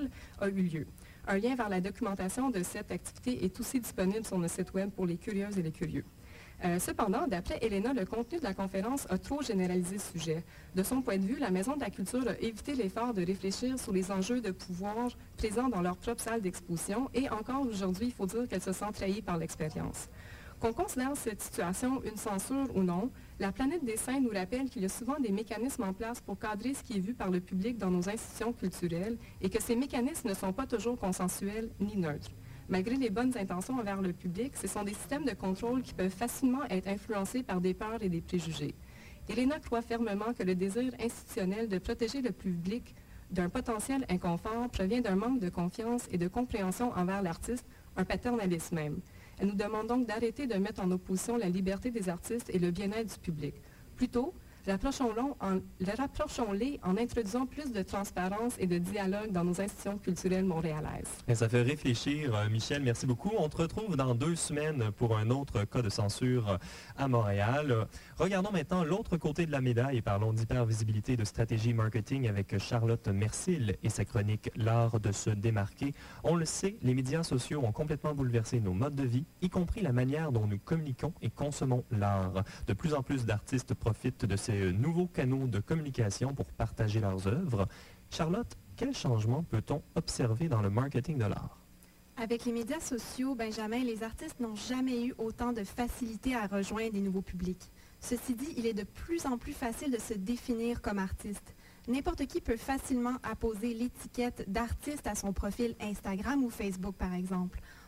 a eu lieu. Un lien vers la documentation de cette activité est aussi disponible sur notre site web pour les curieuses et les curieux. Euh, cependant, d'après Elena, le contenu de la conférence a trop généralisé ce sujet. De son point de vue, la Maison de la Culture a évité l'effort de réfléchir sur les enjeux de pouvoir présents dans leur propre salle d'exposition et encore aujourd'hui, il faut dire qu'elle se sent trahie par l'expérience. Qu'on considère cette situation une censure ou non, la planète des seins nous rappelle qu'il y a souvent des mécanismes en place pour cadrer ce qui est vu par le public dans nos institutions culturelles et que ces mécanismes ne sont pas toujours consensuels ni neutres. Malgré les bonnes intentions envers le public, ce sont des systèmes de contrôle qui peuvent facilement être influencés par des peurs et des préjugés. Elena croit fermement que le désir institutionnel de protéger le public d'un potentiel inconfort provient d'un manque de confiance et de compréhension envers l'artiste, un paternalisme même. Elle nous demande donc d'arrêter de mettre en opposition la liberté des artistes et le bien-être du public. Plutôt, rapprochons-les en, rapprochons-les en introduisant plus de transparence et de dialogue dans nos institutions culturelles montréalaises. Et ça fait réfléchir, euh, Michel, merci beaucoup. On te retrouve dans deux semaines pour un autre cas de censure à Montréal. Regardons maintenant l'autre côté de la médaille et parlons d'hypervisibilité et de stratégie marketing avec Charlotte Mercil et sa chronique « L'art de se démarquer ». On le sait, les médias sociaux ont complètement bouleversé nos modes de vie, y compris la manière dont nous communiquons et consommons l'art. De plus en plus d'artistes profitent de ces nouveaux canaux de communication pour partager leurs œuvres. Charlotte, quel changement peut-on observer dans le marketing de l'art? Avec les médias sociaux, Benjamin, les artistes n'ont jamais eu autant de facilité à rejoindre des nouveaux publics. Ceci dit, il est de plus en plus facile de se définir comme artiste. N'importe qui peut facilement apposer l'étiquette d'artiste à son profil Instagram ou Facebook, par exemple.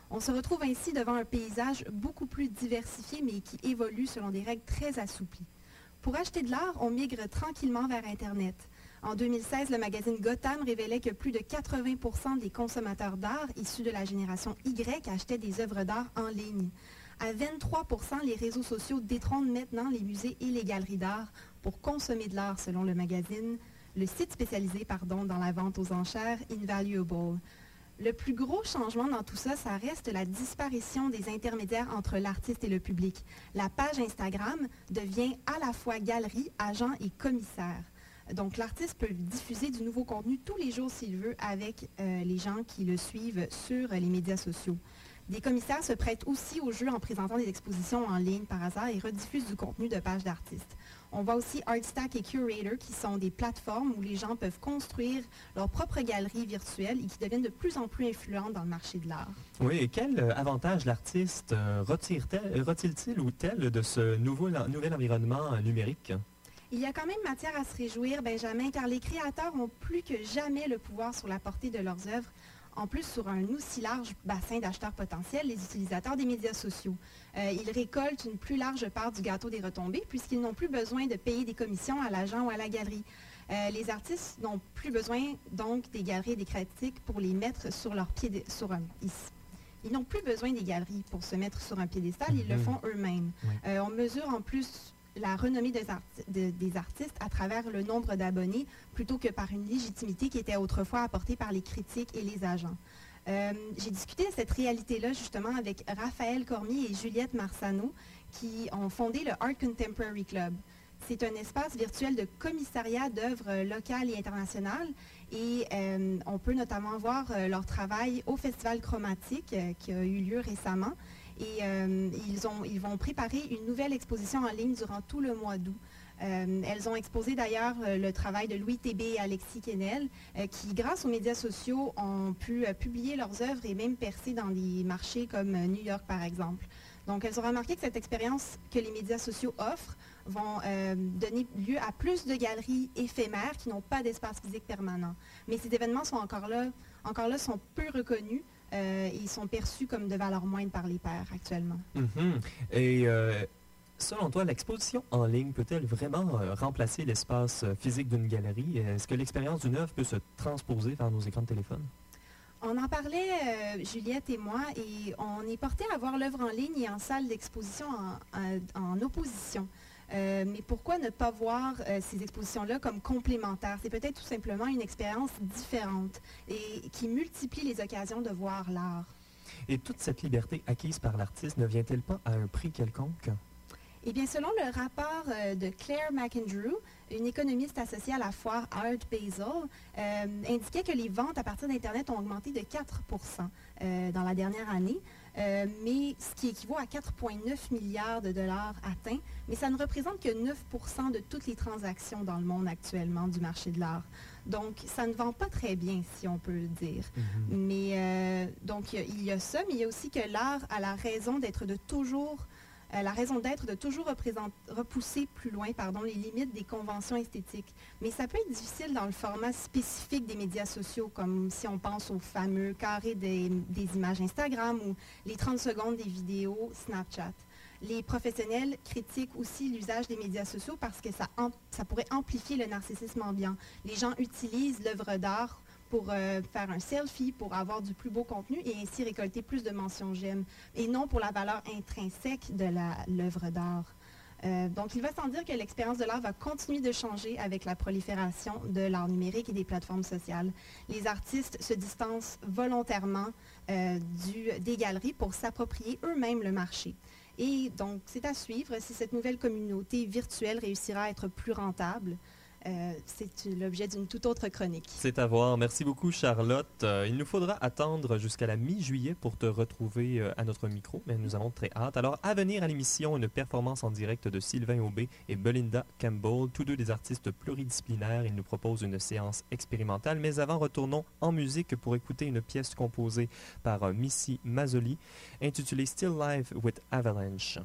On se retrouve ainsi devant un paysage beaucoup plus diversifié, mais qui évolue selon des règles très assouplies. Pour acheter de l'art, on migre tranquillement vers Internet. En deux mille seize, le magazine Gotham révélait que plus de quatre-vingts pour cent des consommateurs d'art issus de la génération Y achetaient des œuvres d'art en ligne. À vingt-trois pour cent, les réseaux sociaux détrônent maintenant les musées et les galeries d'art pour consommer de l'art, selon le magazine, le site spécialisé pardon, dans la vente aux enchères Invaluable. Le plus gros changement dans tout ça, ça reste la disparition des intermédiaires entre l'artiste et le public. La page Instagram devient à la fois galerie, agent et commissaire. Donc l'artiste peut diffuser du nouveau contenu tous les jours s'il veut avec euh, les gens qui le suivent sur les médias sociaux. Des commissaires se prêtent aussi au jeu en présentant des expositions en ligne par hasard et rediffusent du contenu de pages d'artistes. On voit aussi Artstack et Curator qui sont des plateformes où les gens peuvent construire leur propre galerie virtuelle et qui deviennent de plus en plus influentes dans le marché de l'art. Oui, et quel euh, avantage l'artiste euh, retire-t-il, retire-t-il ou tel de ce nouveau, nouvel environnement euh, numérique? Il y a quand même matière à se réjouir, Benjamin, car les créateurs ont plus que jamais le pouvoir sur la portée de leurs œuvres. En plus, sur un aussi large bassin d'acheteurs potentiels, les utilisateurs des médias sociaux. Euh, ils récoltent une plus large part du gâteau des retombées puisqu'ils n'ont plus besoin de payer des commissions à l'agent ou à la galerie. Euh, les artistes n'ont plus besoin donc des galeries et des critiques pour les mettre sur leur pied de, sur un, ils, ils n'ont plus besoin des galeries pour se mettre sur un piédestal, ils mm-hmm. le font eux-mêmes. Oui. Euh, on mesure en plus la renommée des, arti de, des artistes à travers le nombre d'abonnés plutôt que par une légitimité qui était autrefois apportée par les critiques et les agents. Euh, J'ai discuté de cette réalité-là justement avec Raphaël Cormier et Juliette Marsano qui ont fondé le Art Contemporary Club. C'est un espace virtuel de commissariat d'œuvres locales et internationales et euh, on peut notamment voir euh, leur travail au Festival Chromatique euh, qui a eu lieu récemment. Et euh, ils, ont, ils vont préparer une nouvelle exposition en ligne durant tout le mois d'août. Euh, elles ont exposé d'ailleurs euh, le travail de Louis Thébé et Alexis Quesnel, euh, qui, grâce aux médias sociaux, ont pu euh, publier leurs œuvres et même percer dans des marchés comme euh, New York, par exemple. Donc, elles ont remarqué que cette expérience que les médias sociaux offrent vont euh, donner lieu à plus de galeries éphémères qui n'ont pas d'espace physique permanent. Mais ces événements sont encore là, encore là sont peu reconnus. Euh, ils sont perçus comme de valeur moindre par les pairs actuellement. Mm-hmm. Et euh, selon toi, l'exposition en ligne peut-elle vraiment euh, remplacer l'espace euh, physique d'une galerie? Est-ce que l'expérience d'une œuvre peut se transposer vers nos écrans de téléphone? On en parlait, euh, Juliette et moi, et on est porté à voir l'œuvre en ligne et en salle d'exposition en, en, en opposition. Euh, mais pourquoi ne pas voir euh, ces expositions-là comme complémentaires? C'est peut-être tout simplement une expérience différente et qui multiplie les occasions de voir l'art. Et toute cette liberté acquise par l'artiste ne vient-elle pas à un prix quelconque? Eh bien, selon le rapport euh, de Claire McAndrew, une économiste associée à la foire Art Basel, euh, indiquait que les ventes à partir d'Internet ont augmenté de quatre pour cent euh, dans la dernière année. Euh, mais ce qui équivaut à quatre virgule neuf milliards de dollars atteints, mais ça ne représente que neuf pour cent de toutes les transactions dans le monde actuellement du marché de l'art. Donc, ça ne vend pas très bien, si on peut le dire. Mm-hmm. Mais euh, donc, il y a ça, mais il y a aussi que l'art a la raison d'être de toujours... Euh, la raison d'être de toujours repousser plus loin pardon, les limites des conventions esthétiques. Mais ça peut être difficile dans le format spécifique des médias sociaux, comme si on pense aux fameux carrés des, des images Instagram ou les trente secondes des vidéos Snapchat. Les professionnels critiquent aussi l'usage des médias sociaux parce que ça, ça pourrait amplifier le narcissisme ambiant. Les gens utilisent l'œuvre d'art pour euh, faire un selfie, pour avoir du plus beau contenu et ainsi récolter plus de mentions j'aime, et non pour la valeur intrinsèque de l'œuvre d'art. Euh, donc, il va sans dire que l'expérience de l'art va continuer de changer avec la prolifération de l'art numérique et des plateformes sociales. Les artistes se distancent volontairement euh, du, des galeries pour s'approprier eux-mêmes le marché. Et donc, c'est à suivre si cette nouvelle communauté virtuelle réussira à être plus rentable. Euh, c'est l'objet d'une toute autre chronique. C'est à voir. Merci beaucoup, Charlotte. Euh, il nous faudra attendre jusqu'à la mi-juillet pour te retrouver euh, à notre micro, mais nous avons très hâte. Alors, à venir à l'émission, une performance en direct de Sylvain Aubé et Belinda Campbell, tous deux des artistes pluridisciplinaires. Ils nous proposent une séance expérimentale, mais avant, retournons en musique pour écouter une pièce composée par euh, Missy Mazzoli, intitulée Still Live with Avalanche.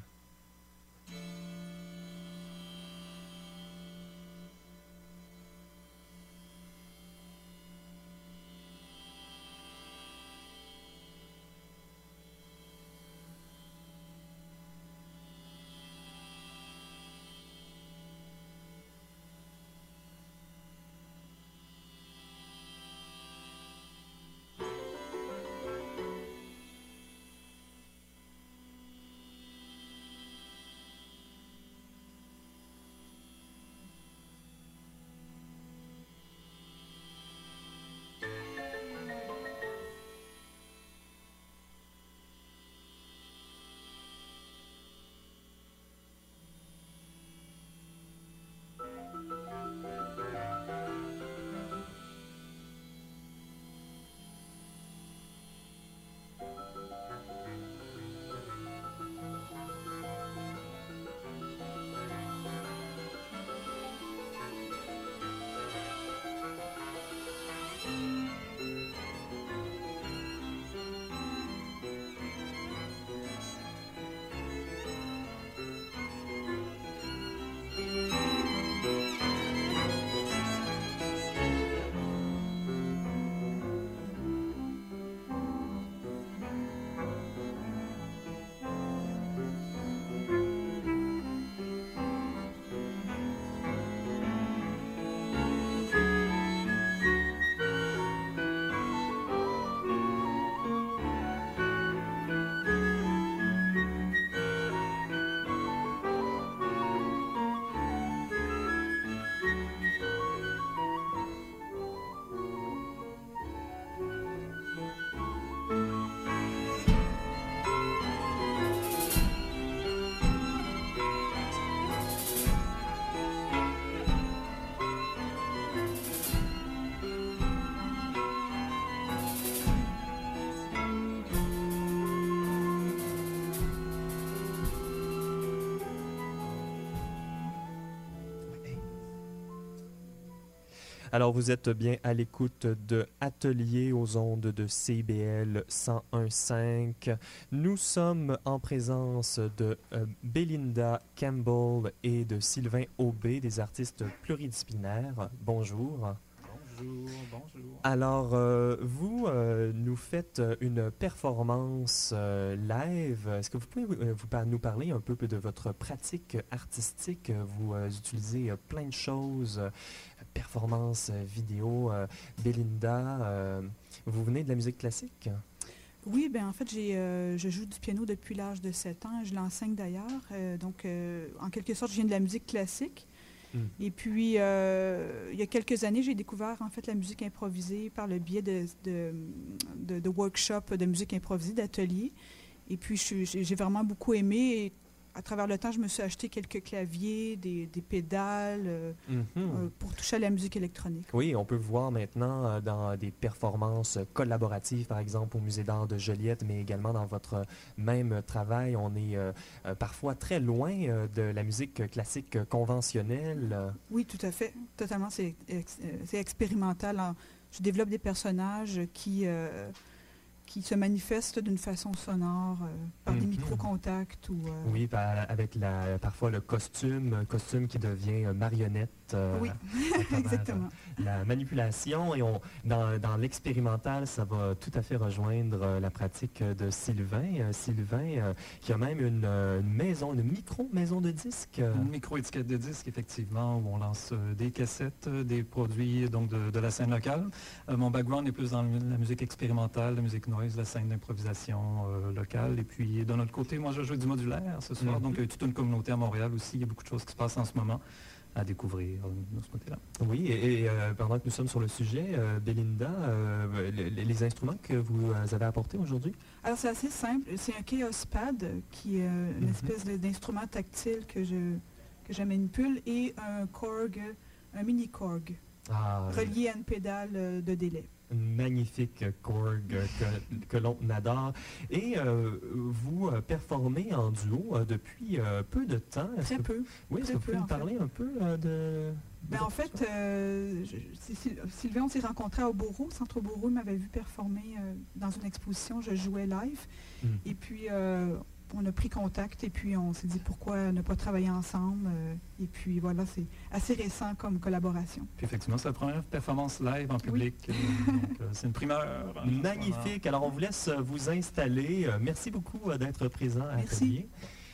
Alors, vous êtes bien à l'écoute de Atelier aux ondes de C I B L cent un virgule cinq. Nous sommes en présence de euh, Belinda Campbell et de Sylvain Aubé, des artistes pluridisciplinaires. Bonjour. Bonjour, bonjour. Alors, euh, vous euh, nous faites une performance euh, live. Est-ce que vous pouvez vous, vous par- nous parler un peu de votre pratique artistique? Vous euh, utilisez euh, plein de choses, euh, performance euh, vidéo. Euh, Belinda, euh, vous venez de la musique classique? Oui, ben en fait, j'ai, euh, je joue du piano depuis l'âge de sept ans. Je l'enseigne d'ailleurs. Euh, donc, euh, en quelque sorte, je viens de la musique classique. Mm. Et puis, euh, il y a quelques années, j'ai découvert en fait la musique improvisée par le biais de, de, de, de workshops de musique improvisée, d'ateliers. Et puis, je, j'ai vraiment beaucoup aimé. Et à travers le temps, je me suis acheté quelques claviers, des, des pédales euh, mm-hmm. euh, pour toucher à la musique électronique. Oui, on peut voir maintenant euh, dans des performances collaboratives, par exemple au Musée d'art de Joliette, mais également dans votre même travail. On est euh, euh, parfois très loin euh, de la musique classique conventionnelle. Oui, tout à fait. Totalement, c'est, ex- c'est expérimental. En, je développe des personnages qui... Euh, qui se manifestent d'une façon sonore, euh, par mm-hmm. des micro-contacts. Ou, euh... Oui, par, avec la, parfois le costume, costume qui devient euh, marionnette. Euh, oui, exactement. Euh, la manipulation, et on, dans, dans l'expérimental, ça va tout à fait rejoindre euh, la pratique de Sylvain. Euh, Sylvain, euh, qui a même une, une maison, une micro-maison de disques. Euh. Une micro-étiquette de disques, effectivement, où on lance euh, des cassettes, euh, des produits donc, de, de la scène locale. Euh, mon background est plus dans le, la musique expérimentale, la musique noise, la scène d'improvisation euh, locale. Et puis, de notre côté, moi, je joue du modulaire ce soir. Mm-hmm. Donc, il y a toute une communauté à Montréal aussi. Il y a beaucoup de choses qui se passent en ce moment à découvrir euh, de ce côté-là. Oui, et, et euh, pendant que nous sommes sur le sujet, euh, Belinda, euh, les, les instruments que vous avez apportés aujourd'hui? Alors, c'est assez simple. C'est un Chaos Pad, qui est euh, une mm-hmm. espèce de, d'instrument tactile que je, que je manipule, et un Korg, un mini Korg, ah, relié à une pédale euh, de délai. Magnifique Korg que, que l'on adore. Et euh, vous euh, performez en duo euh, depuis euh, peu de temps. Est-ce Très que, peu. Oui, est-ce Très que vous pouvez nous parler fait. un peu euh, de... Ben, en fait, euh, je, Sylvain, on s'est rencontrés à Oboro. Centre Oboro m'avait vu performer euh, dans une exposition. Je jouais live. Mm. Et puis, euh, on a pris contact et puis on s'est dit pourquoi ne pas travailler ensemble. Euh, et puis voilà, c'est assez récent comme collaboration. Puis effectivement, c'est la première performance live en public. Oui. euh, donc, euh, c'est une primeur. Hein, magnifique. Alors, on vous laisse vous installer. Euh, merci beaucoup euh, d'être présent à Atelier.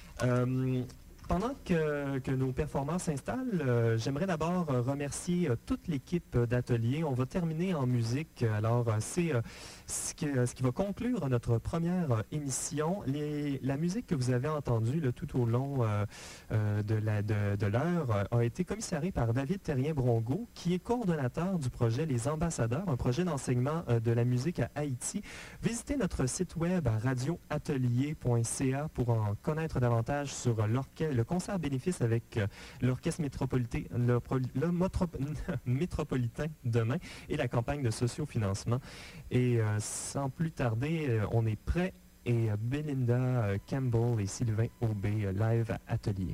Euh, Pendant que, que nos performants s'installent, euh, j'aimerais d'abord euh, remercier euh, toute l'équipe d'Atelier. On va terminer en musique. Alors, euh, c'est euh, ce, qui, euh, ce qui va conclure notre première euh, émission. Les, la musique que vous avez entendue là, tout au long euh, euh, de, la, de, de l'heure euh, a été commissariée par David Terrien-Brongo, qui est coordonnateur du projet Les Ambassadeurs, un projet d'enseignement euh, de la musique à Haïti. Visitez notre site web à radio atelier point c a pour en connaître davantage sur l'orchestre, le concert bénéfice avec euh, l'Orchestre métropolitain, le, le motro, métropolitain demain et la campagne de sociofinancement. Et euh, sans plus tarder, euh, on est prêt et euh, Belinda euh, Campbell et Sylvain Aubé euh, live à Atelier.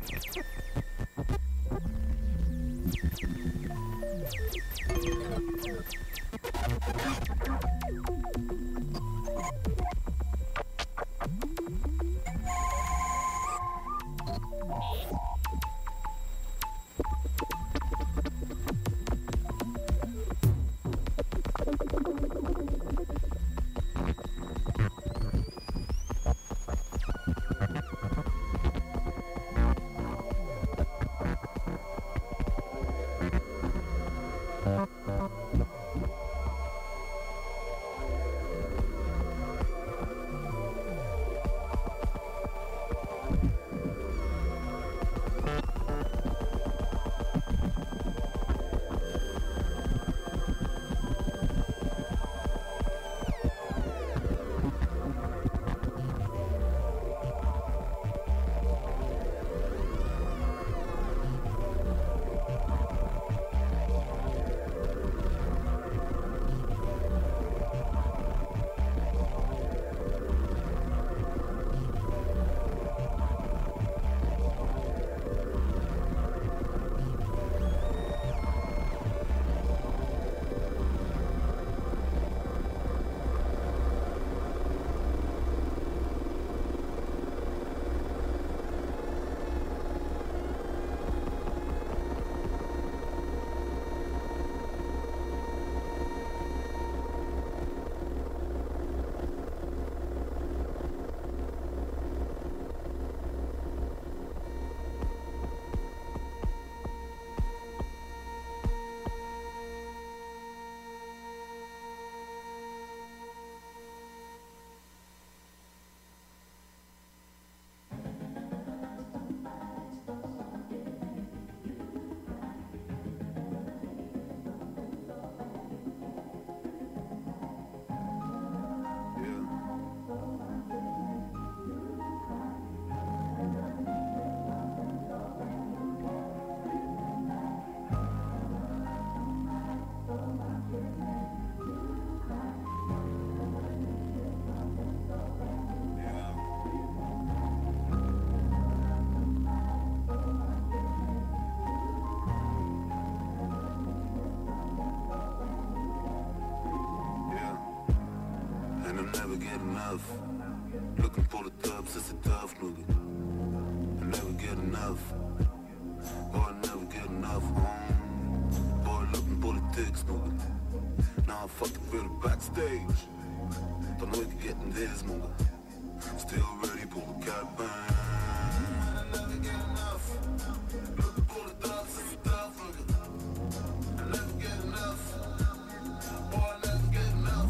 never get enough. Looking for the dubs, it's a tough nigga. I never get enough. Boy, I never get enough. Um, boy, looking for the dicks, nigga. Now I'm fucking feel it backstage. Don't know if you're getting this, nigga. Still ready, pull the cat bang. I never get enough. Looking for the dubs, it's a tough nigga. I never get enough. Boy, I never get enough.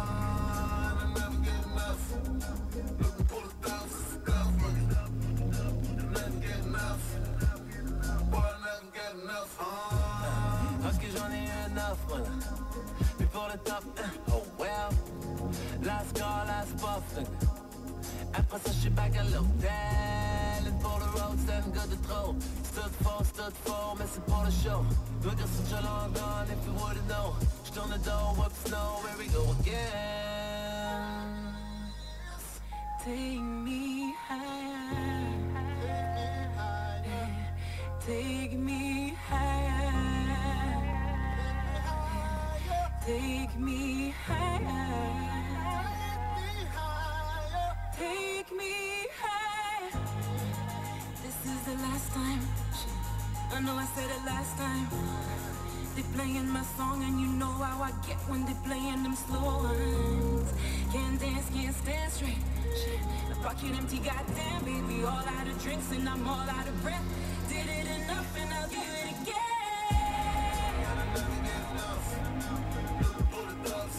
I never get enough. Looking for the dubs, it's a tough nigga. I never get enough. Boy, I never get enough. Parce que j'en ai eu enough, voilà. Puis pour le top, oh well. Last call, last puff, nigga. Après ça, j'suis back à l'hôtel. And pour le road, c'est good de trop. Stood for, stood for, mais c'est pour le show. Look at such a long gone, if you wouldn't know. J'tourne le dos, whoops, no, here we go again. Take me higher. Take me higher. Take me higher. Take me high. This is the last time. I know I said it last time. They playing my song and you know how I get when they playing them slow ones. Can't dance, can't stand straight. The pocket empty, goddamn baby. All out of drinks and I'm all out of breath. Did it enough and I'll do it again. I never get enough. Looking for the dogs.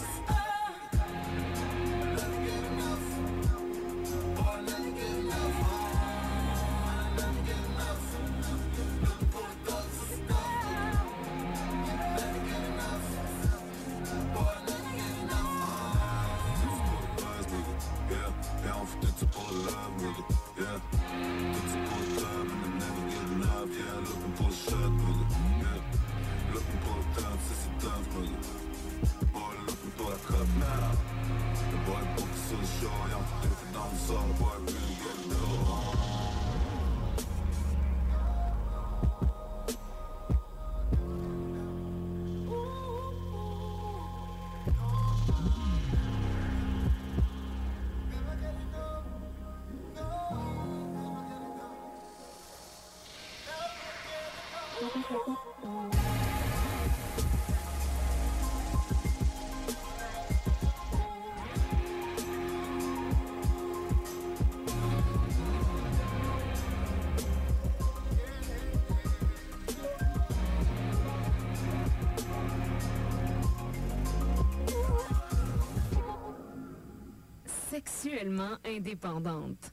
Down for the love, nigga, yeah. It's a good time and I never get Sexuellement indépendante.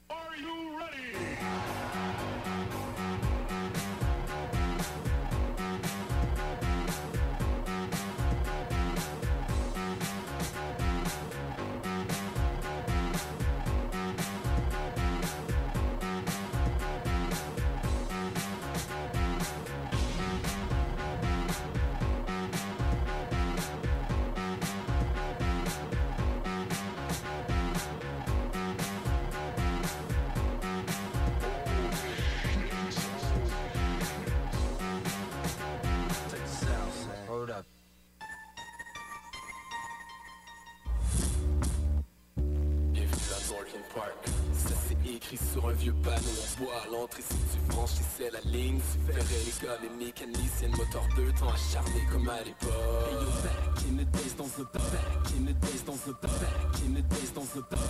Sur un vieux panneau, on voit à l'entrée si tu franchissais la ligne. Tu verrais les gars, les mécaniciens, le moteur deux temps acharné comme à l'époque. Hey yo, back in the days, dans the back in the days, dans the back in the days, dans the back.